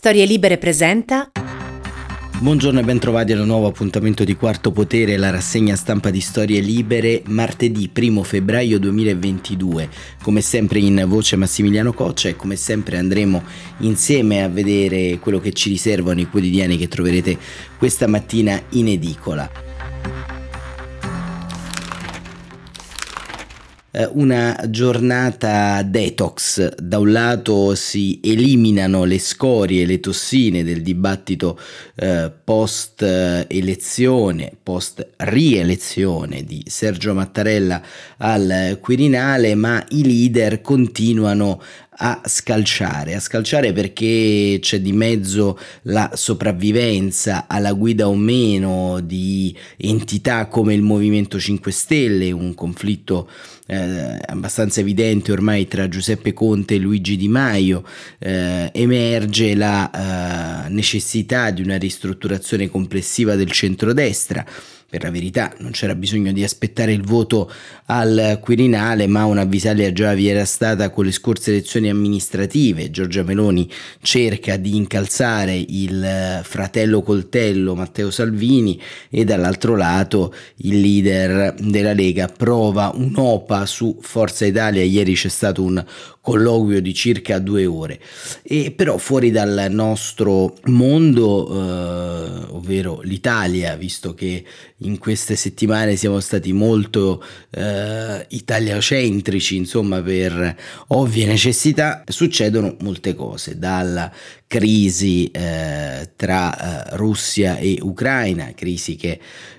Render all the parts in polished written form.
Storie Libere presenta. Buongiorno e bentrovati ad un nuovo appuntamento di Quarto Potere, la rassegna stampa di Storie Libere, martedì 1 febbraio 2022. Come sempre in voce Massimiliano Coccia e come sempre andremo insieme a vedere quello che ci riservano i quotidiani che troverete questa mattina in edicola. Una giornata detox. Da un lato si eliminano le scorie, le tossine del dibattito post rielezione di Sergio Mattarella al Quirinale, ma i leader continuano a scalciare perché c'è di mezzo la sopravvivenza alla guida o meno di entità come il Movimento 5 Stelle, un conflitto abbastanza evidente ormai tra Giuseppe Conte e Luigi Di Maio. Emerge la necessità di una ristrutturazione complessiva del centrodestra. Per la verità non c'era bisogno di aspettare il voto al Quirinale, ma un'avvisaglia già vi era stata con le scorse elezioni amministrative. Giorgia Meloni cerca di incalzare il fratello coltello Matteo Salvini e dall'altro lato il leader della Lega prova un'OPA su Forza Italia. Ieri c'è stato un colloquio di circa 2 ore, e però fuori dal nostro mondo, ovvero l'Italia, visto che in queste settimane siamo stati molto italiacentrici, insomma, per ovvie necessità, succedono molte cose, dalla crisi tra Russia e Ucraina, crisi che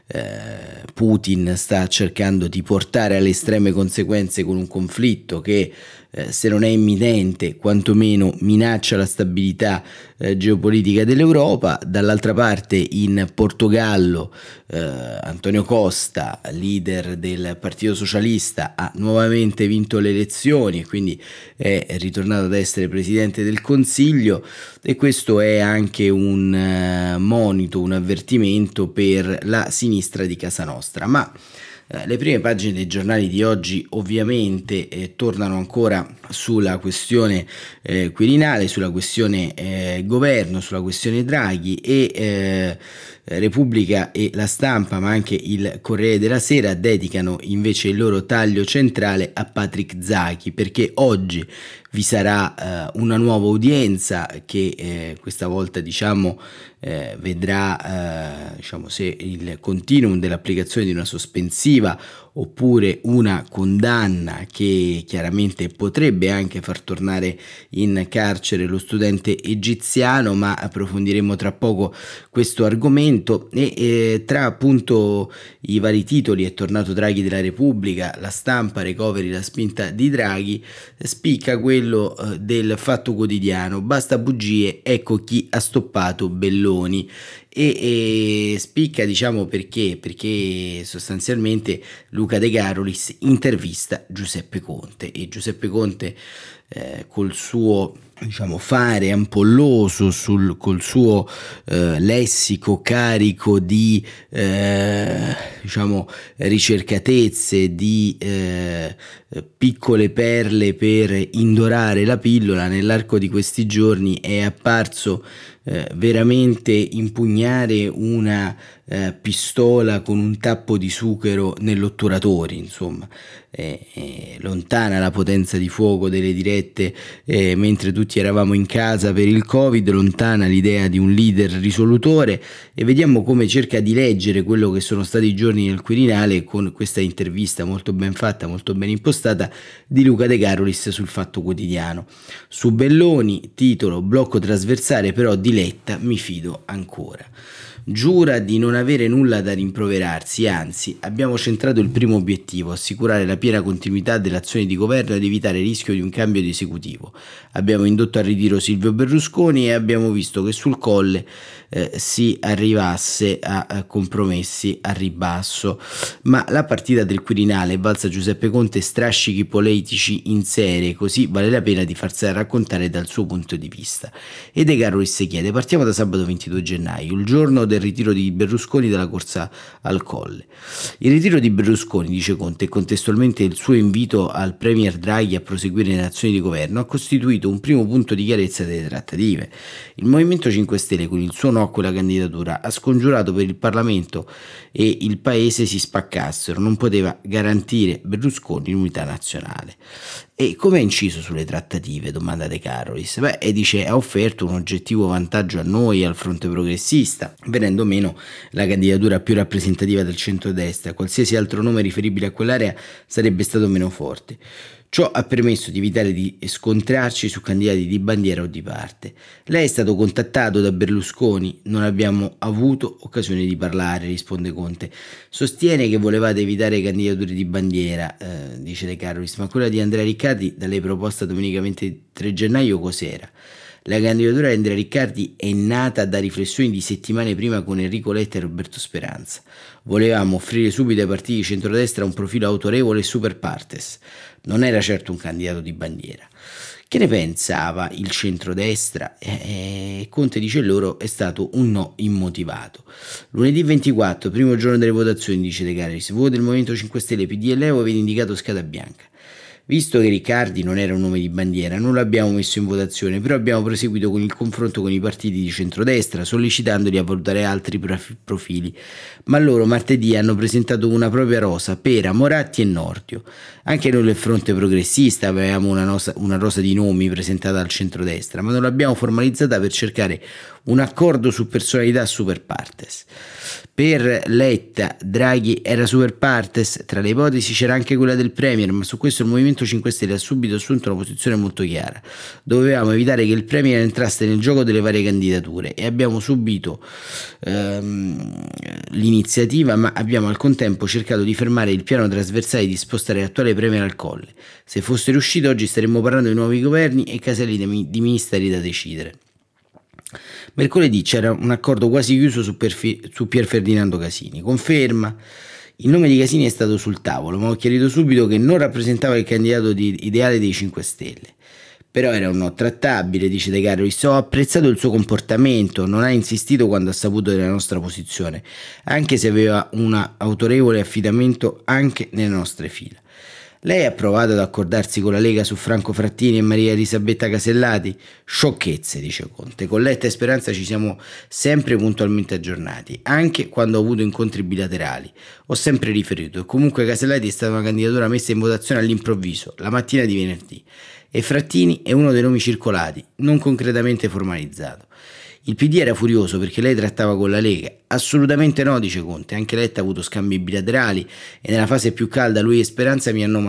Putin sta cercando di portare alle estreme conseguenze con un conflitto che se non è imminente quantomeno minaccia la stabilità geopolitica dell'Europa. Dall'altra parte in Portogallo Antonio Costa, leader del Partito Socialista, ha nuovamente vinto le elezioni e quindi è ritornato ad essere presidente del Consiglio, e questo è anche un monito, un avvertimento per la sinistra di casa nostra. Ma le prime pagine dei giornali di oggi ovviamente tornano ancora sulla questione Quirinale, sulla questione governo, sulla questione Draghi, e Repubblica e La Stampa, ma anche il Corriere della Sera, dedicano invece il loro taglio centrale a Patrick Zaki, perché oggi vi sarà una nuova udienza che questa volta vedrà se il continuum dell'applicazione di una sospensiva oppure una condanna che chiaramente potrebbe anche far tornare in carcere lo studente egiziano, ma approfondiremo tra poco questo argomento. E tra appunto i vari titoli è tornato Draghi della Repubblica, La Stampa, recoveri la spinta di Draghi, spicca quello del Fatto Quotidiano, basta bugie, ecco chi ha stoppato Belloni. E spicca perché sostanzialmente Luca De Carolis intervista Giuseppe Conte, e Giuseppe Conte col suo fare ampolloso, col suo lessico carico di ricercatezze, di piccole perle per indorare la pillola, nell'arco di questi giorni è apparso veramente impugnare una pistola con un tappo di sughero nell'otturatore. Insomma, lontana la potenza di fuoco delle dirette mentre tutti eravamo in casa per il Covid, lontana l'idea di un leader risolutore, e vediamo come cerca di leggere quello che sono stati i giorni nel Quirinale con questa intervista molto ben fatta, molto ben impostata di Luca De Carolis sul Fatto Quotidiano. Su Belloni, titolo: blocco trasversale, però di Letta mi fido ancora. Giura di non avere nulla da rimproverarsi, anzi abbiamo centrato il primo obiettivo: assicurare la piena continuità dell'azione di governo ed evitare il rischio di un cambio di esecutivo. Abbiamo indotto al ritiro Silvio Berlusconi e abbiamo visto che sul Colle si arrivasse a compromessi a ribasso. Ma la partita del Quirinale è valsa Giuseppe Conte strascichi politici in serie, così vale la pena di farsela raccontare dal suo punto di vista. E De Carolis chiede: partiamo da sabato 22 gennaio, il giorno del ritiro di Berlusconi Berlusconi dalla corsa al Colle. Il ritiro di Berlusconi, dice Conte, e contestualmente il suo invito al premier Draghi a proseguire le azioni di governo, ha costituito un primo punto di chiarezza delle trattative. Il Movimento 5 Stelle, con il suo no a quella candidatura, ha scongiurato per il Parlamento e il Paese si spaccassero, non poteva garantire Berlusconi l'unità nazionale. E come ha inciso sulle trattative? Domanda De Carolis. E dice ha offerto un oggettivo vantaggio a noi e al fronte progressista, venendo meno la candidatura più rappresentativa del centrodestra. Qualsiasi altro nome riferibile a quell'area sarebbe stato meno forte. Ciò ha permesso di evitare di scontrarci su candidati di bandiera o di parte. Lei è stato contattato da Berlusconi? Non abbiamo avuto occasione di parlare, risponde Conte. Sostiene che volevate evitare candidature di bandiera, dice De Carolis, ma quella di Andrea Riccardi, da lei proposta domenica 23 gennaio, cos'era? La candidatura di Andrea Riccardi è nata da riflessioni di settimane prima con Enrico Letta e Roberto Speranza. Volevamo offrire subito ai partiti di centrodestra un profilo autorevole e super partes. Non era certo un candidato di bandiera. Che ne pensava il centrodestra? Conte dice loro è stato un no immotivato. Lunedì 24, primo giorno delle votazioni, dice De Carolis, voto del Movimento 5 Stelle, PD e Leo, avete indicato scheda bianca. Visto che Riccardi non era un nome di bandiera, non l'abbiamo messo in votazione, però abbiamo proseguito con il confronto con i partiti di centrodestra, sollecitandoli a valutare altri profili. Ma loro martedì hanno presentato una propria rosa, Pera, Moratti e Nordio. Anche noi del fronte progressista avevamo una rosa di nomi presentata al centrodestra, ma non l'abbiamo formalizzata per cercare un accordo su personalità super partes. Per Letta, Draghi era super partes, tra le ipotesi c'era anche quella del premier, ma su questo il Movimento 5 Stelle ha subito assunto una posizione molto chiara. Dovevamo evitare che il premier entrasse nel gioco delle varie candidature e abbiamo subito l'iniziativa, ma abbiamo al contempo cercato di fermare il piano trasversale di spostare l'attuale premier al Colle. Se fosse riuscito oggi staremmo parlando di nuovi governi e caselli di ministeri da decidere. Mercoledì c'era un accordo quasi chiuso su Pier Ferdinando Casini. Conferma, il nome di Casini è stato sul tavolo, ma ho chiarito subito che non rappresentava il candidato ideale dei 5 Stelle. Però era un no trattabile, dice De Carolis. Ho apprezzato il suo comportamento, non ha insistito quando ha saputo della nostra posizione, anche se aveva un autorevole affidamento anche nelle nostre fila. Lei ha provato ad accordarsi con la Lega su Franco Frattini e Maria Elisabetta Casellati? Sciocchezze, dice Conte. Con Letta e Speranza ci siamo sempre puntualmente aggiornati, anche quando ho avuto incontri bilaterali. Ho sempre riferito e comunque Casellati è stata una candidatura messa in votazione all'improvviso, la mattina di venerdì. E Frattini è uno dei nomi circolati, non concretamente formalizzato. Il PD era furioso perché lei trattava con la Lega. Assolutamente no, dice Conte. Anche Letta ha avuto scambi bilaterali e nella fase più calda lui e Speranza mi hanno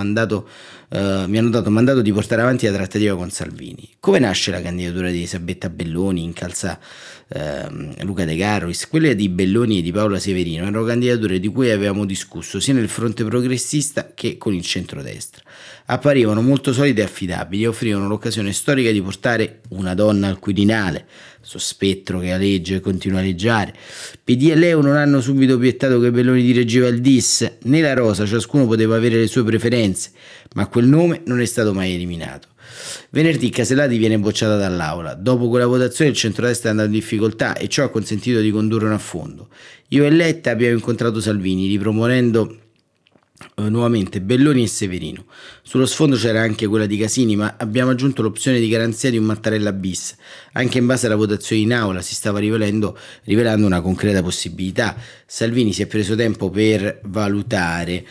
dato mandato di portare avanti la trattativa con Salvini. Come nasce la candidatura di Elisabetta Belloni? Incalza Luca De Carolis. Quelle di Belloni e di Paola Severino erano candidature di cui avevamo discusso sia nel fronte progressista che con il centrodestra. Apparivano molto solide e affidabili e offrivano l'occasione storica di portare una donna al Quirinale, spettro che aleggia e continua a aleggiare. PD e Leo non hanno subito obiettato che Belloni dirigeva il DIS, né la Rosa, ciascuno poteva avere le sue preferenze, ma quel nome non è stato mai eliminato. Venerdì Casellati viene bocciata dall'Aula. Dopo quella votazione il centrodestra è andato in difficoltà e ciò ha consentito di condurre un affondo. Io e Letta abbiamo incontrato Salvini, riproponendo nuovamente Belloni e Severino. Sullo sfondo c'era anche quella di Casini, ma abbiamo aggiunto l'opzione di garanzia di un Mattarella bis. Anche in base alla votazione in aula si stava rivelando una concreta possibilità. Salvini si è preso tempo per valutare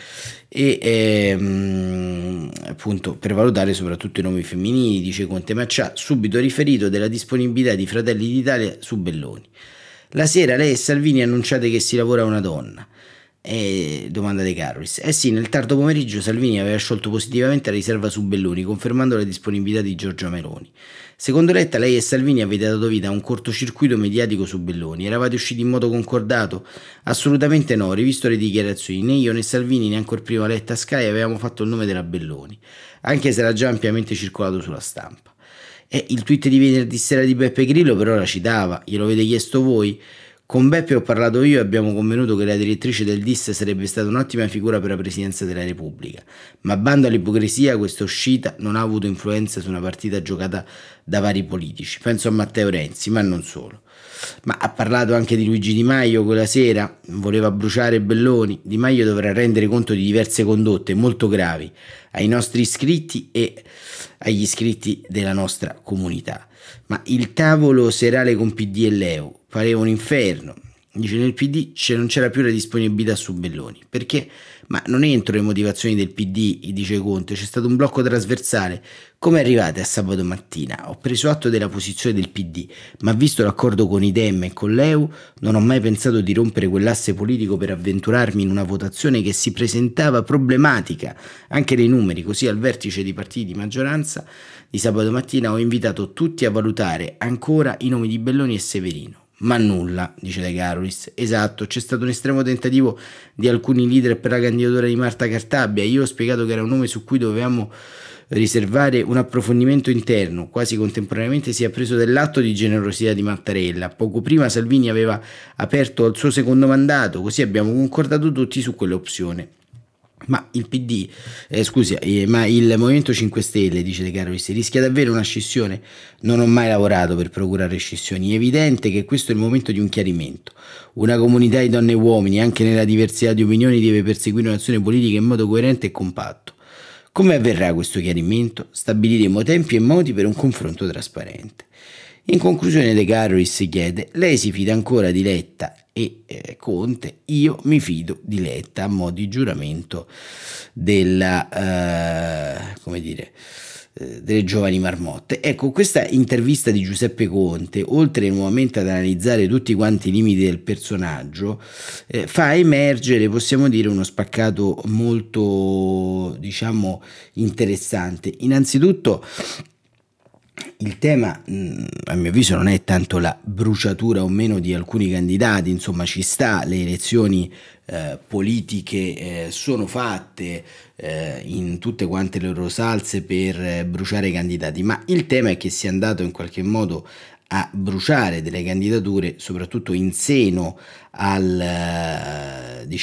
appunto per valutare soprattutto i nomi femminili, dice Conte, ma ci ha subito riferito della disponibilità di Fratelli d'Italia su Belloni. La sera lei e Salvini annunciate che si lavora a una donna. Domanda De Carolis. Sì, nel tardo pomeriggio Salvini aveva sciolto positivamente la riserva su Belloni, confermando la disponibilità di Giorgia Meloni. Secondo Letta, lei e Salvini avete dato vita a un cortocircuito mediatico su Belloni. Eravate usciti in modo concordato? Assolutamente no, rivisto le dichiarazioni. Né io né Salvini, né ancor prima Letta Sky avevamo fatto il nome della Belloni, anche se era già ampiamente circolato sulla stampa. Il tweet di venerdì sera di Beppe Grillo però la citava. Glielo avete chiesto voi? Con Beppe ho parlato io e abbiamo convenuto che la direttrice del DIS sarebbe stata un'ottima figura per la Presidenza della Repubblica, ma bando all'ipocrisia, questa uscita non ha avuto influenza su una partita giocata da vari politici. Penso a Matteo Renzi, ma non solo. Ma ha parlato anche di Luigi Di Maio quella sera, voleva bruciare Belloni. Di Maio dovrà rendere conto di diverse condotte molto gravi ai nostri iscritti e agli iscritti della nostra comunità. Ma il tavolo serale con PD e Leu pareva un inferno. Dice, nel PD non c'era più la disponibilità su Belloni. Perché? Ma non entro le motivazioni del PD, dice Conte, c'è stato un blocco trasversale. Come arrivate a sabato mattina? Ho preso atto della posizione del PD, ma visto l'accordo con i Dem e con l'EU, non ho mai pensato di rompere quell'asse politico per avventurarmi in una votazione che si presentava problematica anche nei numeri. Così al vertice di partiti di maggioranza di sabato mattina ho invitato tutti a valutare ancora i nomi di Belloni e Severino. Ma nulla, dice De Carolis. Esatto, c'è stato un estremo tentativo di alcuni leader per la candidatura di Marta Cartabia. Io ho spiegato che era un nome su cui dovevamo riservare un approfondimento interno. Quasi contemporaneamente si è preso dell'atto di generosità di Mattarella. Poco prima Salvini aveva aperto il suo secondo mandato, così abbiamo concordato tutti su quell'opzione. Ma il PD, ma il Movimento 5 Stelle, dice De Carolis, rischia davvero una scissione? Non ho mai lavorato per procurare scissioni. È evidente che questo è il momento di un chiarimento. Una comunità di donne e uomini, anche nella diversità di opinioni, deve perseguire un'azione politica in modo coerente e compatto. Come avverrà questo chiarimento? Stabiliremo tempi e modi per un confronto trasparente. In conclusione De Carolis chiede, lei si fida ancora di Letta e Conte? Io mi fido di Letta a mo' di giuramento delle giovani marmotte. Ecco, questa intervista di Giuseppe Conte, oltre nuovamente ad analizzare tutti quanti i limiti del personaggio, fa emergere, possiamo dire, uno spaccato molto, diciamo, interessante. Innanzitutto, il tema, a mio avviso, non è tanto la bruciatura o meno di alcuni candidati, insomma ci sta, le elezioni politiche sono fatte in tutte quante le loro salse per bruciare i candidati, ma il tema è che si è andato in qualche modo a bruciare delle candidature, soprattutto in seno al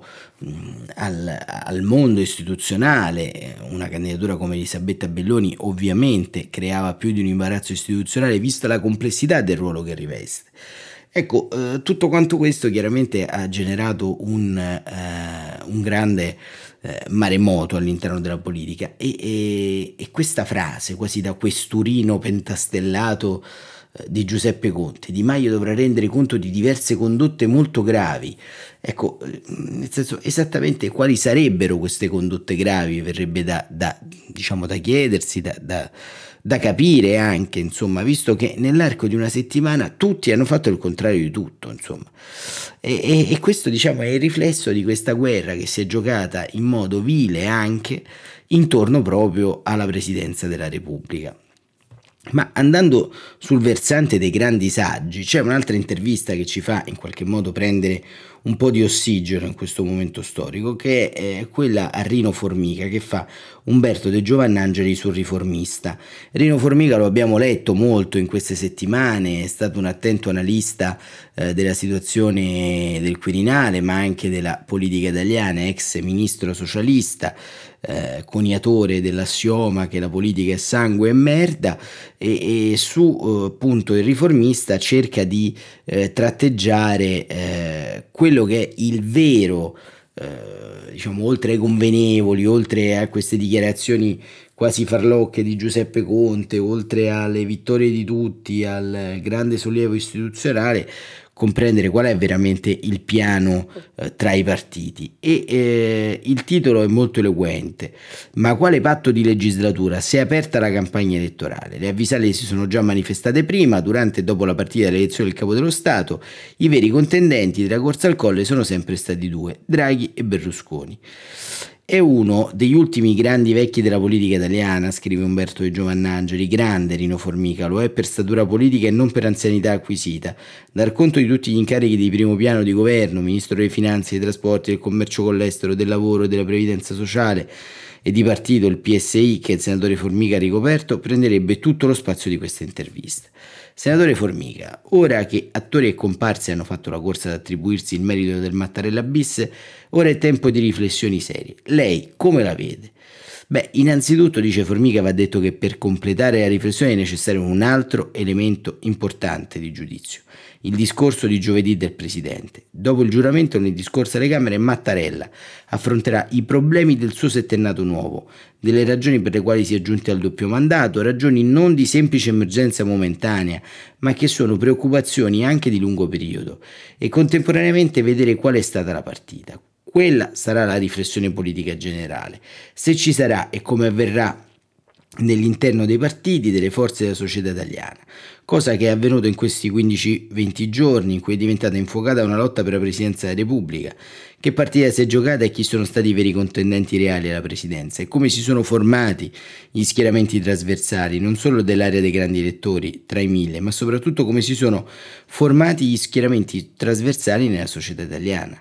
mondo istituzionale. Una candidatura come Elisabetta Belloni ovviamente creava più di un imbarazzo istituzionale vista la complessità del ruolo che riveste. Ecco, tutto quanto questo chiaramente ha generato un grande maremoto all'interno della politica e questa frase, quasi da questurino pentastellato di Giuseppe Conte, Di Maio dovrà rendere conto di diverse condotte molto gravi. Ecco, nel senso, esattamente quali sarebbero queste condotte gravi verrebbe da chiedersi, da capire anche, insomma, visto che nell'arco di una settimana tutti hanno fatto il contrario di tutto, insomma. E questo, diciamo, è il riflesso di questa guerra che si è giocata in modo vile anche intorno proprio alla Presidenza della Repubblica. Ma andando sul versante dei grandi saggi, c'è un'altra intervista che ci fa in qualche modo prendere un po' di ossigeno in questo momento storico, che è quella a Rino Formica che fa Umberto De Giovannangeli sul Riformista. Rino Formica lo abbiamo letto molto in queste settimane, è stato un attento analista della situazione del Quirinale, ma anche della politica italiana, ex ministro socialista, coniatore dell'assioma che la politica è sangue e merda, e su appunto il Riformista cerca di tratteggiare quello che è il vero, oltre ai convenevoli, oltre a queste dichiarazioni quasi farlocche di Giuseppe Conte, oltre alle vittorie di tutti, al grande sollievo istituzionale, comprendere qual è veramente il piano tra i partiti. E il titolo è molto eloquente: ma quale patto di legislatura? Si è aperta la campagna elettorale, le avvisaglie si sono già manifestate prima, durante e dopo la partita dell'elezione del capo dello Stato. I veri contendenti della corsa al colle sono sempre stati due: Draghi e Berlusconi. È uno degli ultimi grandi vecchi della politica italiana, scrive Umberto De Giovannangeli. Grande Rino Formica, lo è per statura politica e non per anzianità acquisita. Dar conto di tutti gli incarichi di primo piano di governo, ministro delle finanze, dei trasporti, del commercio con l'estero, del lavoro, della previdenza sociale e di partito, il PSI, che il senatore Formica ha ricoperto, prenderebbe tutto lo spazio di questa intervista. Senatore Formica, ora che attori e comparse hanno fatto la corsa ad attribuirsi il merito del Mattarella bis, ora è tempo di riflessioni serie. Lei come la vede? Beh, innanzitutto, dice Formica, va detto che per completare la riflessione è necessario un altro elemento importante di giudizio: il discorso di giovedì del Presidente. Dopo il giuramento, nel discorso alle Camere, Mattarella affronterà i problemi del suo settennato nuovo, delle ragioni per le quali si è giunti al doppio mandato, ragioni non di semplice emergenza momentanea, ma che sono preoccupazioni anche di lungo periodo, e contemporaneamente vedere qual è stata la partita. Quella sarà la riflessione politica generale. Se ci sarà e come avverrà nell'interno dei partiti, delle forze della società italiana, cosa che è avvenuto in questi 15-20 giorni in cui è diventata infuocata una lotta per la presidenza della Repubblica. Che partita si è giocata e chi sono stati i veri contendenti reali alla presidenza e come si sono formati gli schieramenti trasversali, non solo dell'area dei grandi elettori tra i 1000, ma soprattutto come si sono formati gli schieramenti trasversali nella società italiana.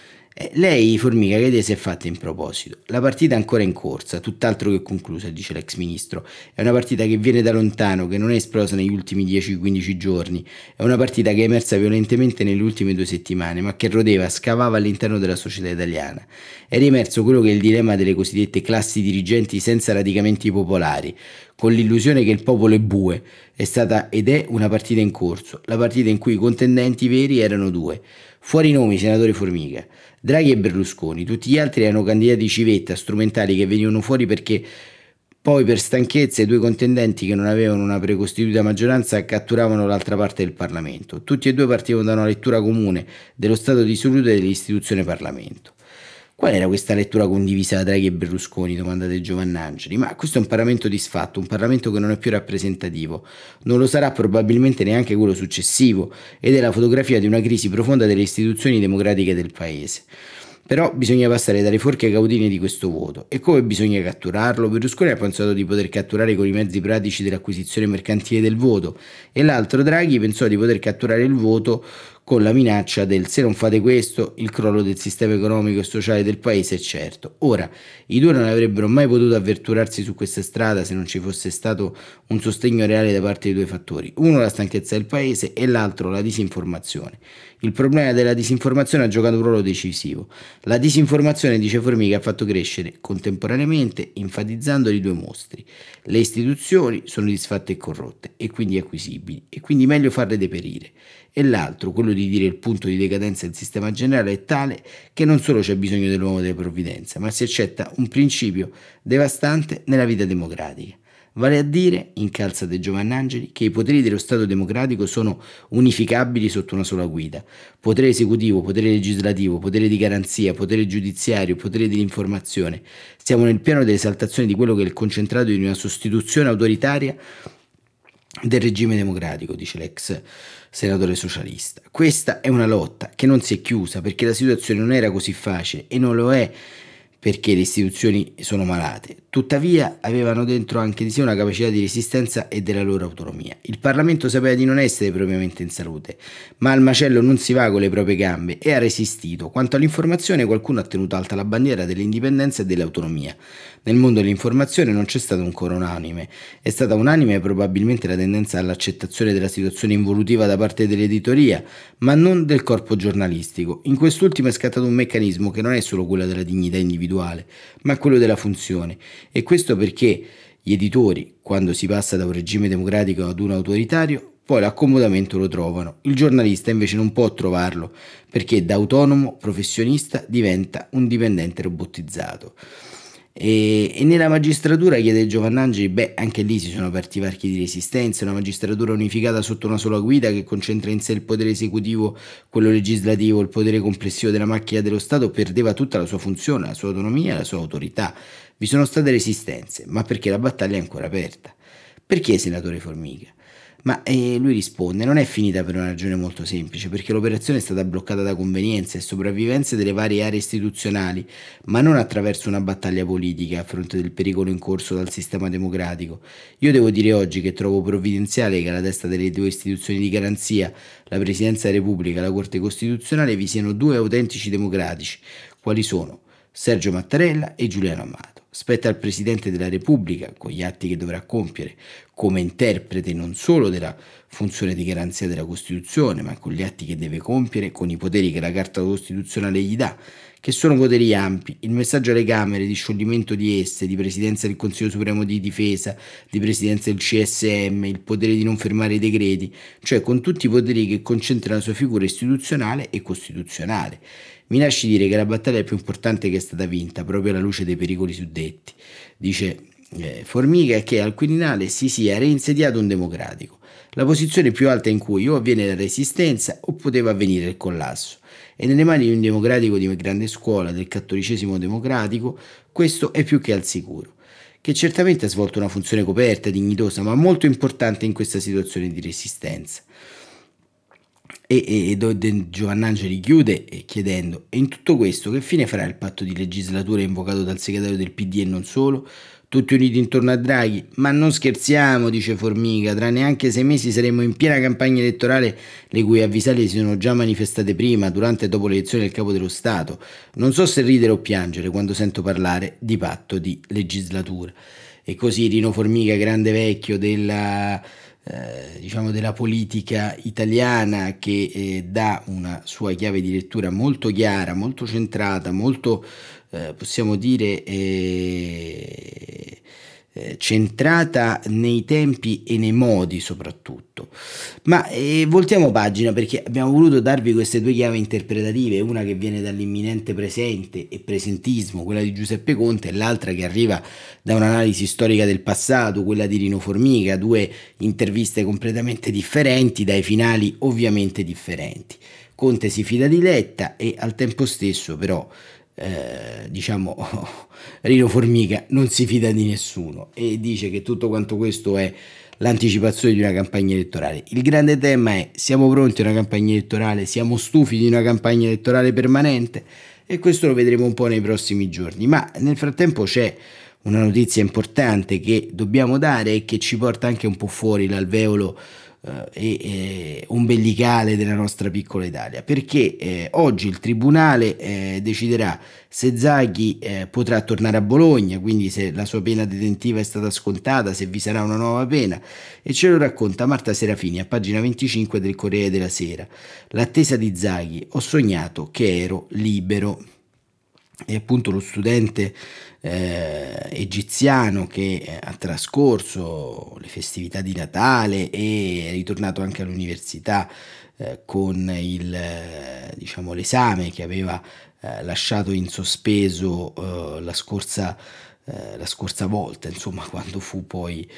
Lei, Formica, che idea si è fatta in proposito? La partita è ancora in corsa, tutt'altro che conclusa, dice l'ex ministro. È una partita che viene da lontano, che non è esplosa negli ultimi 10-15 giorni. È una partita che è emersa violentemente nelle ultime 2 settimane, ma che rodeva, scavava all'interno della società italiana. È riemerso quello che è il dilemma delle cosiddette classi dirigenti senza radicamenti popolari, con l'illusione che il popolo è bue. È stata ed è una partita in corso, la partita in cui i contendenti veri erano 2. Fuori i nomi, senatore Formica. Draghi e Berlusconi, tutti gli altri erano candidati civetta, strumentali che venivano fuori perché poi per stanchezza i 2 contendenti che non avevano una precostituita maggioranza catturavano l'altra parte del Parlamento. Tutti e 2 partivano da una lettura comune dello stato di salute dell'istituzione Parlamento. Qual era questa lettura condivisa da Draghi e Berlusconi? Domandate Giovannangeli. Ma questo è un Parlamento disfatto, un Parlamento che non è più rappresentativo. Non lo sarà probabilmente neanche quello successivo, ed è la fotografia di una crisi profonda delle istituzioni democratiche del Paese. Però bisogna passare dalle forche caudine di questo voto. E come bisogna catturarlo? Berlusconi ha pensato di poter catturare con i mezzi pratici dell'acquisizione mercantile del voto, e l'altro, Draghi, pensò di poter catturare il voto con la minaccia del se non fate questo, il crollo del sistema economico e sociale del paese è certo. Ora, i 2 non avrebbero mai potuto avventurarsi su questa strada se non ci fosse stato un sostegno reale da parte dei 2 fattori: uno, la stanchezza del paese, e l'altro, la disinformazione. Il problema della disinformazione ha giocato un ruolo decisivo. La disinformazione, dice Formica, ha fatto crescere contemporaneamente, enfatizzando i 2 mostri: le istituzioni sono disfatte e corrotte e quindi acquisibili, e quindi meglio farle deperire, e l'altro, quello di dire il punto di decadenza del sistema generale è tale che non solo c'è bisogno dell'uomo della provvidenza, ma si accetta un principio devastante nella vita democratica. Vale a dire, incalza De Giovannangeli, che i poteri dello Stato democratico sono unificabili sotto una sola guida: potere esecutivo, potere legislativo, potere di garanzia, potere giudiziario, potere dell'informazione. Siamo nel piano dell'esaltazione di quello che è il concentrato di una sostituzione autoritaria del regime democratico, dice l'ex senatore socialista. Questa è una lotta che non si è chiusa, perché la situazione non era così facile, e non lo è perché le istituzioni sono malate. Tuttavia avevano dentro anche di sé una capacità di resistenza e della loro autonomia. Il Parlamento sapeva di non essere propriamente in salute, ma al macello non si va con le proprie gambe, e ha resistito. Quanto all'informazione, qualcuno ha tenuto alta la bandiera dell'indipendenza e dell'autonomia. Nel mondo dell'informazione non c'è stato un coro unanime. È stata unanime probabilmente la tendenza all'accettazione della situazione involutiva da parte dell'editoria, ma non del corpo giornalistico. In quest'ultimo è scattato un meccanismo che non è solo quello della dignità individuale, ma quello della funzione. E questo perché gli editori, quando si passa da un regime democratico ad un autoritario, poi l'accomodamento lo trovano. Il giornalista invece non può trovarlo, perché da autonomo professionista diventa un dipendente robottizzato. E nella magistratura, chiede Giovannangeli, anche lì si sono aperti varchi di resistenza. Una magistratura unificata sotto una sola guida, che concentra in sé il potere esecutivo, quello legislativo, il potere complessivo della macchina dello Stato, perdeva tutta la sua funzione, la sua autonomia, la sua autorità. Vi sono state resistenze, ma perché la battaglia è ancora aperta. Perché, senatore Formica? Ma lui risponde: non è finita per una ragione molto semplice, perché l'operazione è stata bloccata da convenienze e sopravvivenze delle varie aree istituzionali, ma non attraverso una battaglia politica a fronte del pericolo in corso dal sistema democratico. Io devo dire oggi che trovo provvidenziale che alla testa delle 2 istituzioni di garanzia, la Presidenza della Repubblica e la Corte Costituzionale, vi siano 2 autentici democratici, quali sono Sergio Mattarella e Giuliano Amato. spetta al Presidente della Repubblica, con gli atti che dovrà compiere, come interprete non solo della funzione di garanzia della Costituzione, ma con gli atti che deve compiere, con i poteri che la Carta Costituzionale gli dà, che sono poteri ampi. Il messaggio alle Camere di scioglimento di esse, di Presidenza del Consiglio Supremo di Difesa, di Presidenza del CSM, il potere di non fermare i decreti, cioè con tutti i poteri che concentrano la sua figura istituzionale e costituzionale. Mi lasci dire che la battaglia più importante che è stata vinta, proprio alla luce dei pericoli suddetti, dice Formica, è che al Quirinale si sia reinsediato un democratico, la posizione più alta in cui o avviene la resistenza o poteva avvenire il collasso. E nelle mani di un democratico di grande scuola, del cattolicesimo democratico, questo è più che al sicuro, che certamente ha svolto una funzione coperta, dignitosa, ma molto importante in questa situazione di resistenza. E Giovannangeli chiude chiedendo: e in tutto questo che fine farà il patto di legislatura invocato dal segretario del PD e non solo? Tutti uniti intorno a Draghi? Ma non scherziamo, dice Formica, tra neanche 6 mesi saremo in piena campagna elettorale, le cui avvisaglie si sono già manifestate prima, durante e dopo l'elezione del capo dello Stato. Non so se ridere o piangere quando sento parlare di patto di legislatura. E così Rino Formica, grande vecchio della politica italiana, che dà una sua chiave di lettura molto chiara, molto centrata, molto possiamo dire centrata nei tempi e nei modi soprattutto. Ma voltiamo pagina, perché abbiamo voluto darvi queste due chiavi interpretative, una che viene dall'imminente presente e presentismo, quella di Giuseppe Conte, e l'altra che arriva da un'analisi storica del passato, quella di Rino Formica, due interviste completamente differenti, dai finali ovviamente differenti. Conte si fida di Letta e al tempo stesso però Rino Formica non si fida di nessuno e dice che tutto quanto questo è l'anticipazione di una campagna elettorale. Il grande tema è: siamo pronti a una campagna elettorale? Siamo stufi di una campagna elettorale permanente? E questo lo vedremo un po' nei prossimi giorni. Ma nel frattempo c'è una notizia importante che dobbiamo dare e che ci porta anche un po' fuori l'alveolo ombelicale della nostra piccola Italia, perché oggi il tribunale deciderà se Zaki potrà tornare a Bologna, quindi se la sua pena detentiva è stata scontata, se vi sarà una nuova pena, e ce lo racconta Marta Serafini a pagina 25 del Corriere della Sera. L'attesa di Zaki: ho sognato che ero libero. E appunto lo studente egiziano che ha trascorso le festività di Natale e è ritornato anche all'università con l'esame che aveva lasciato in sospeso la scorsa volta, insomma, quando fu poi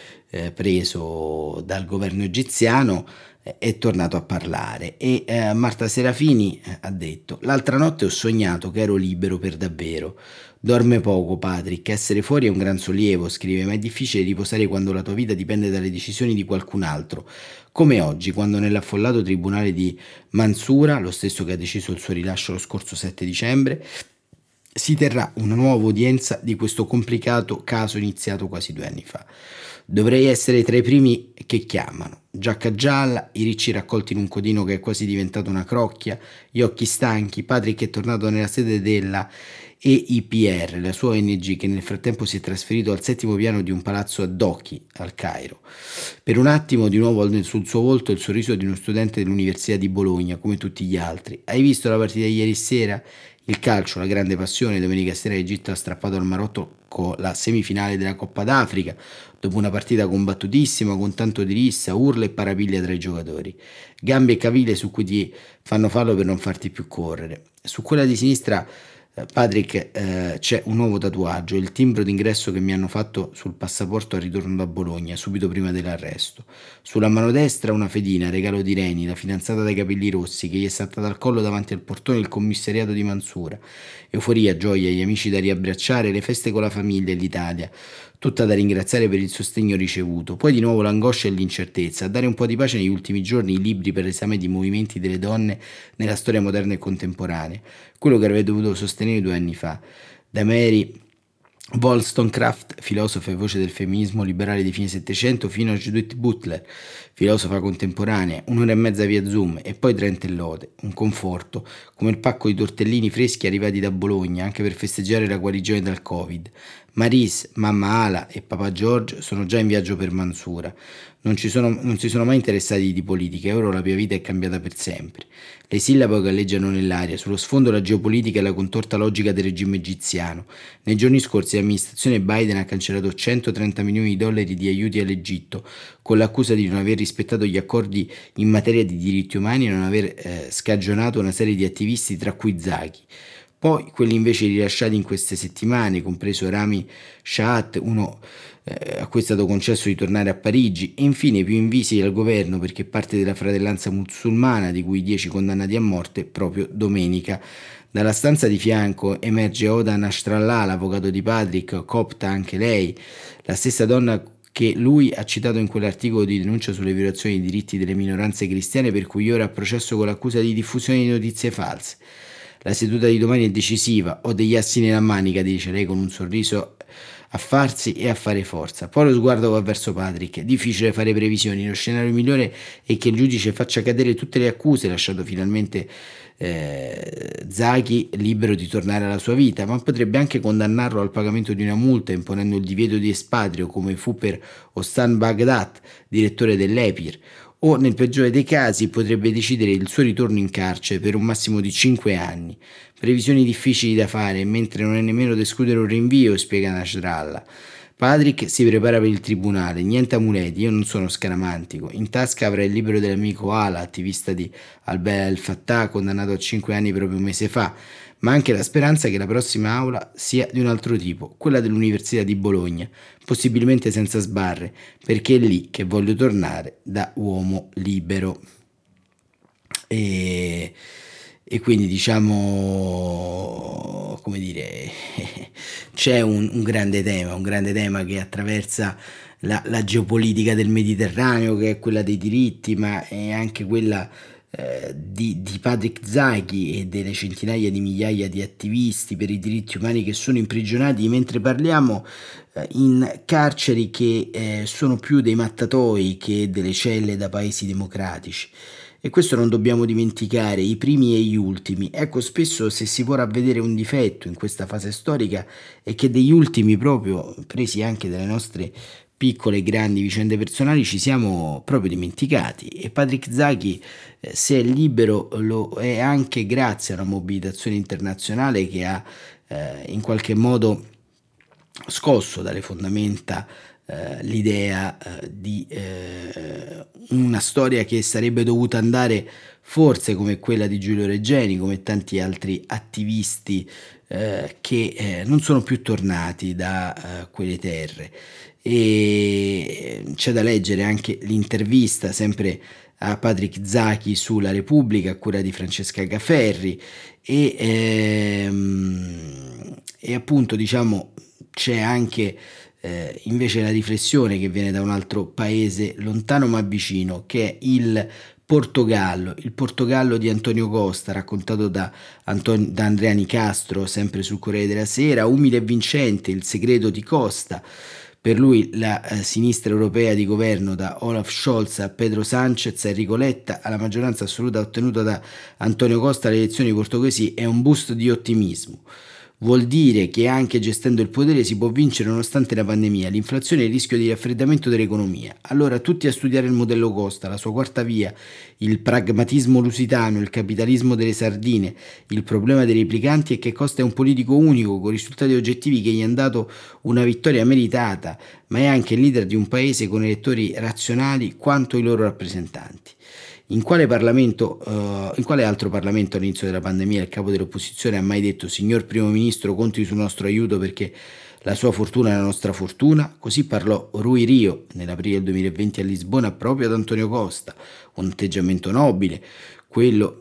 preso dal governo egiziano, è tornato a parlare e Marta Serafini ha detto: l'altra notte ho sognato che ero libero per davvero. Dorme poco Patrick, essere fuori è un gran sollievo, scrive, ma è difficile riposare quando la tua vita dipende dalle decisioni di qualcun altro, come oggi, quando nell'affollato tribunale di Mansura, lo stesso che ha deciso il suo rilascio lo scorso 7 dicembre, si terrà una nuova udienza di questo complicato caso iniziato quasi 2 anni fa. Dovrei essere tra i primi che chiamano. Giacca gialla, i ricci raccolti in un codino che è quasi diventato una crocchia, gli occhi stanchi. Patrick è tornato nella sede della EIPR, la sua ONG, che nel frattempo si è trasferito al 7° piano di un palazzo a Dochi, al Cairo. Per un attimo di nuovo sul suo volto il sorriso di uno studente dell'Università di Bologna, come tutti gli altri. Hai visto la partita di ieri sera? Il calcio, la grande passione. Domenica sera l'Egitto ha strappato al Marocco la semifinale della Coppa d'Africa, dopo una partita combattutissima con tanto di rissa, urla e parapiglia tra i giocatori. Gambe e caviglie su cui ti fanno fallo per non farti più correre. Su quella di sinistra, Patrick, c'è un nuovo tatuaggio, il timbro d'ingresso che mi hanno fatto sul passaporto al ritorno da Bologna, subito prima dell'arresto. Sulla mano destra una fedina, regalo di Reni, la fidanzata dai capelli rossi, che gli è saltata al collo davanti al portone del commissariato di Mansura. Euforia, gioia, gli amici da riabbracciare, le feste con la famiglia e l'Italia, tutta da ringraziare per il sostegno ricevuto. Poi di nuovo l'angoscia e l'incertezza, a dare un po' di pace negli ultimi giorni i libri per l'esame di movimenti delle donne nella storia moderna e contemporanea, quello che avrei dovuto sostenere 2 anni fa. Da Mary Wollstonecraft, filosofa e voce del femminismo liberale di fine Settecento, fino a Judith Butler, filosofa contemporanea, 1 ora e mezza via Zoom e poi lode, un conforto, come il pacco di tortellini freschi arrivati da Bologna, anche per festeggiare la guarigione dal Covid. Maris, mamma Ala e papà George sono già in viaggio per Mansura. Non si sono mai interessati di politica e ora la mia vita è cambiata per sempre. Le sillabe galleggiano nell'aria, sullo sfondo la geopolitica e la contorta logica del regime egiziano. Nei giorni scorsi l'amministrazione Biden ha cancellato 130 milioni di dollari di aiuti all'Egitto, con l'accusa di non aver rispettato gli accordi in materia di diritti umani e non aver scagionato una serie di attivisti, tra cui Zaki. Poi quelli invece rilasciati in queste settimane, compreso Rami Shahat, uno a cui è stato concesso di tornare a Parigi, e infine i più invisi al governo perché parte della fratellanza musulmana, di cui 10 condannati a morte proprio domenica. Dalla stanza di fianco emerge Oda Nasrallah, l'avvocato di Patrick, copta anche lei, la stessa donna che lui ha citato in quell'articolo di denuncia sulle violazioni dei diritti delle minoranze cristiane, per cui ora ha processo con l'accusa di diffusione di notizie false. La seduta di domani è decisiva, ho degli assi nella manica, dice lei con un sorriso, a farsi e a fare forza. Poi lo sguardo va verso Patrick. È difficile fare previsioni, lo scenario migliore è che il giudice faccia cadere tutte le accuse, lasciando finalmente Zaki libero di tornare alla sua vita, ma potrebbe anche condannarlo al pagamento di una multa, imponendo il divieto di espatrio, come fu per Ostan Baghdad, direttore dell'Epir, o nel peggiore dei casi potrebbe decidere il suo ritorno in carcere per un massimo di 5 anni. Previsioni difficili da fare, mentre non è nemmeno da escludere un rinvio, spiega Nasrallah. Patrick si prepara per il tribunale, niente amuleti, io non sono scaramantico. In tasca avrà il libro dell'amico Ala, attivista di Al Fattah, condannato a 5 anni proprio un mese fa, ma anche la speranza che la prossima aula sia di un altro tipo, quella dell'Università di Bologna, possibilmente senza sbarre, perché è lì che voglio tornare da uomo libero. E quindi diciamo, come dire, c'è un grande tema che attraversa la geopolitica del Mediterraneo, che è quella dei diritti, ma è anche quella di Patrick Zaki e delle centinaia di migliaia di attivisti per i diritti umani che sono imprigionati mentre parliamo in carceri che sono più dei mattatoi che delle celle da paesi democratici. E questo non dobbiamo dimenticare, i primi e gli ultimi. Ecco, spesso se si può ravvedere un difetto in questa fase storica è che degli ultimi, proprio presi anche dalle nostre piccole e grandi vicende personali, ci siamo proprio dimenticati. E Patrick Zaki, se è libero, lo è anche grazie a una mobilitazione internazionale che ha in qualche modo scosso dalle fondamenta l'idea di una storia che sarebbe dovuta andare forse come quella di Giulio Regeni, come tanti altri attivisti che non sono più tornati da quelle terre. E c'è da leggere anche l'intervista sempre a Patrick Zaki sulla Repubblica a cura di Francesca Gaferri e appunto diciamo c'è anche invece la riflessione che viene da un altro paese lontano ma vicino, che è il Portogallo di Antonio Costa, raccontato da Andrea Nicastro, sempre sul Corriere della Sera, umile e vincente, il segreto di Costa. Per lui la sinistra europea di governo, da Olaf Scholz a Pedro Sánchez a Enrico Letta, alla maggioranza assoluta ottenuta da Antonio Costa alle elezioni portoghesi, è un boost di ottimismo. Vuol dire che anche gestendo il potere si può vincere nonostante la pandemia, l'inflazione e il rischio di raffreddamento dell'economia. Allora tutti a studiare il modello Costa, la sua quarta via, il pragmatismo lusitano, il capitalismo delle sardine. Il problema dei replicanti è che Costa è un politico unico con risultati oggettivi che gli hanno dato una vittoria meritata, ma è anche il leader di un paese con elettori razionali quanto i loro rappresentanti. In quale altro Parlamento all'inizio della pandemia il capo dell'opposizione ha mai detto signor primo ministro conti sul nostro aiuto perché la sua fortuna è la nostra fortuna? Così parlò Rui Rio nell'aprile del 2020 a Lisbona proprio ad Antonio Costa, un atteggiamento nobile, quello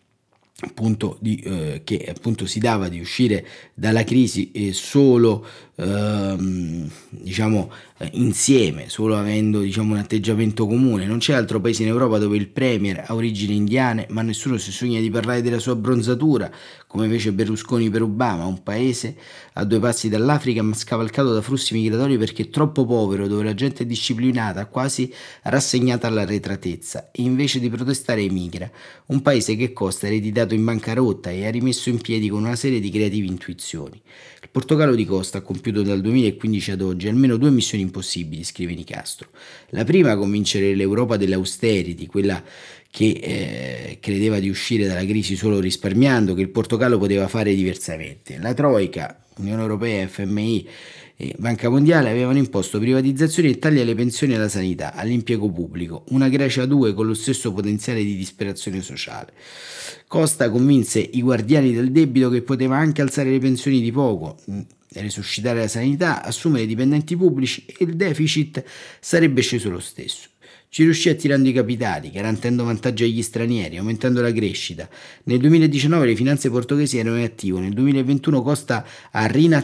che appunto si dava di uscire dalla crisi solo diciamo insieme, solo avendo diciamo un atteggiamento comune. Non c'è altro paese in Europa dove il premier ha origini indiane, ma nessuno si sogna di parlare della sua abbronzatura, come fece Berlusconi per Obama. Un paese a 2 passi dall'Africa ma scavalcato da flussi migratori perché troppo povero, dove la gente è disciplinata, quasi rassegnata all'arretratezza, e invece di protestare emigra. Un paese che costa, ereditato in bancarotta e ha rimesso in piedi con una serie di creative intuizioni. Il Portogallo di Costa ha compiuto dal 2015 ad oggi almeno 2 missioni impossibili, scrive Nicastro. La prima, convincere l'Europa dell'austerity, quella che credeva di uscire dalla crisi solo risparmiando, che il Portogallo poteva fare diversamente. La Troica, Unione Europea, FMI e Banca Mondiale avevano imposto privatizzazioni e tagli alle pensioni e alla sanità, all'impiego pubblico, una Grecia 2 con lo stesso potenziale di disperazione sociale. Costa convinse i guardiani del debito che poteva anche alzare le pensioni di poco, resuscitare la sanità, assumere dipendenti pubblici e il deficit sarebbe sceso lo stesso. Ci riuscì attirando i capitali, garantendo vantaggi agli stranieri, aumentando la crescita. Nel 2019 le finanze portoghesi erano in attivo, nel 2021 Costa ha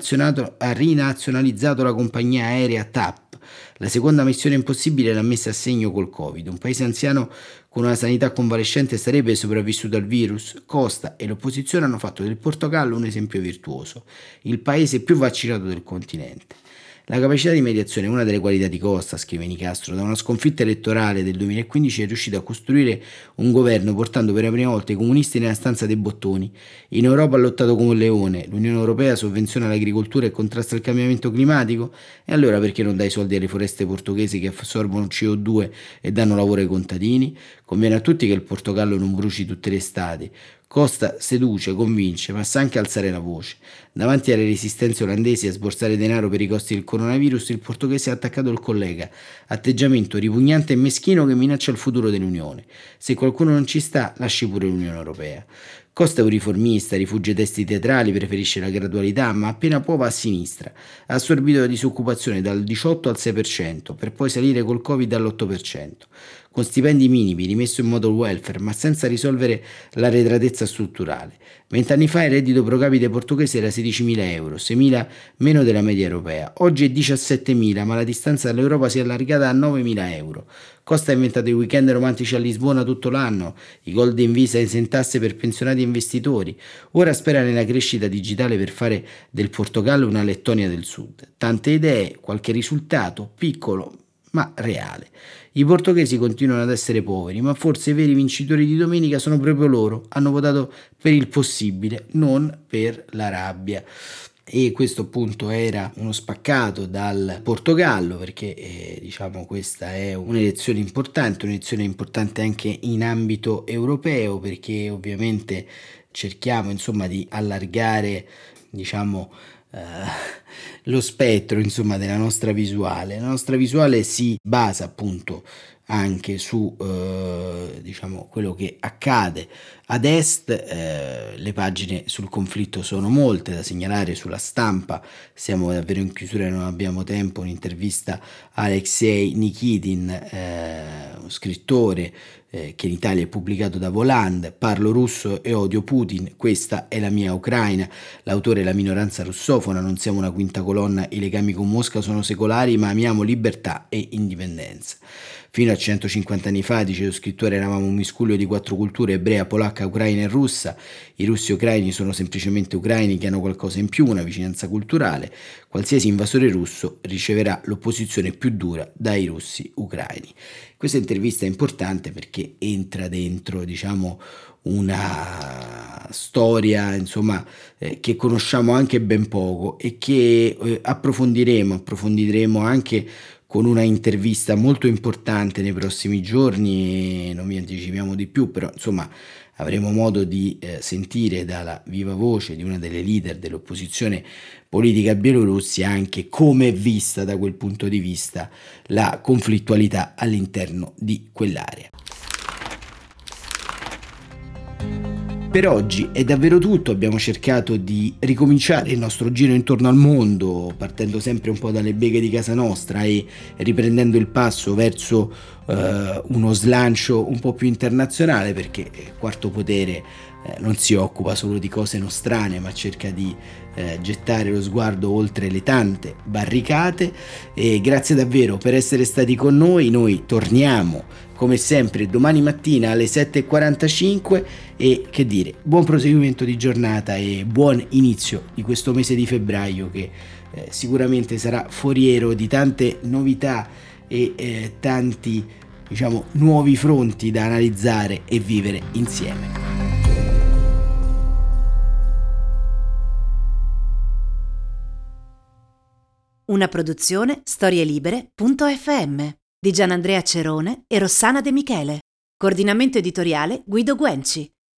rinazionalizzato la compagnia aerea TAP. La seconda missione impossibile l'ha messa a segno col Covid. Un paese anziano con una sanità convalescente sarebbe sopravvissuto al virus? Costa e l'opposizione hanno fatto del Portogallo un esempio virtuoso, il paese più vaccinato del continente. La capacità di mediazione è una delle qualità di Costa, scrive Nicastro. Da una sconfitta elettorale del 2015 è riuscito a costruire un governo portando per la prima volta i comunisti nella stanza dei bottoni. In Europa ha lottato come un leone, l'Unione Europea sovvenziona l'agricoltura e contrasta il cambiamento climatico, e allora perché non dai soldi alle foreste portoghesi che assorbono CO2 e danno lavoro ai contadini? Conviene a tutti che il Portogallo non bruci tutte le estati. Costa seduce, convince, ma sa anche alzare la voce. Davanti alle resistenze olandesi a sborsare denaro per i costi del coronavirus, il portoghese ha attaccato il collega, atteggiamento ripugnante e meschino che minaccia il futuro dell'Unione. Se qualcuno non ci sta, lasci pure l'Unione Europea. Costa è un riformista, rifugge testi teatrali, preferisce la gradualità, ma appena può va a sinistra. Ha assorbito la disoccupazione dal 18 al 6%, per poi salire col Covid all'8%. Con stipendi minimi, rimesso in modo il welfare, ma senza risolvere l'arretratezza strutturale. 20 anni fa il reddito pro capite portoghese era 16.000 euro, 6.000 meno della media europea. Oggi è 17.000, ma la distanza dall'Europa si è allargata a 9.000 euro. Costa ha inventato i weekend romantici a Lisbona tutto l'anno, i golden visa esentasse per pensionati e investitori. Ora spera nella crescita digitale per fare del Portogallo una Lettonia del Sud. Tante idee, qualche risultato, piccolo ma reale. I portoghesi continuano ad essere poveri, ma forse i veri vincitori di domenica sono proprio loro. Hanno votato per il possibile, non per la rabbia. E questo appunto era uno spaccato dal Portogallo, perché diciamo questa è un'elezione importante anche in ambito europeo, perché ovviamente cerchiamo insomma di allargare diciamo lo spettro insomma della nostra visuale. La nostra visuale si basa appunto anche su diciamo quello che accade ad est. Le pagine sul conflitto sono molte da segnalare. Sulla Stampa siamo davvero in chiusura e non abbiamo tempo. Un'intervista a Alexei Nikitin, scrittore che in Italia è pubblicato da Voland. Parlo russo e odio Putin, questa è la mia Ucraina. L'autore è la minoranza russofona, non siamo una quinta colonna, i legami con Mosca sono secolari, ma amiamo libertà e indipendenza. Fino a 150 anni fa, dice lo scrittore, eravamo un miscuglio di 4 culture, ebrea, polacca, ucraina e russa. I russi ucraini sono semplicemente ucraini che hanno qualcosa in più, una vicinanza culturale. Qualsiasi invasore russo riceverà l'opposizione più dura dai russi ucraini. Questa intervista è importante perché entra dentro, diciamo, una storia insomma che conosciamo anche ben poco e che approfondiremo anche con una intervista molto importante nei prossimi giorni. Non vi anticipiamo di più, però insomma avremo modo di sentire dalla viva voce di una delle leader dell'opposizione politica bielorussia anche come è vista da quel punto di vista la conflittualità all'interno di quell'area. Per oggi è davvero tutto. Abbiamo cercato di ricominciare il nostro giro intorno al mondo, partendo sempre un po' dalle beghe di casa nostra e riprendendo il passo verso uno slancio un po' più internazionale, perché Quarto Potere non si occupa solo di cose nostrane, ma cerca di gettare lo sguardo oltre le tante barricate. E grazie davvero per essere stati con noi torniamo come sempre domani mattina alle 7:45 e che dire, buon proseguimento di giornata e buon inizio di questo mese di febbraio che sicuramente sarà foriero di tante novità e tanti, diciamo, nuovi fronti da analizzare e vivere insieme. Una produzione storielibere.fm di Gianandrea Cerone e Rossana De Michele. Coordinamento editoriale Guido Guenci.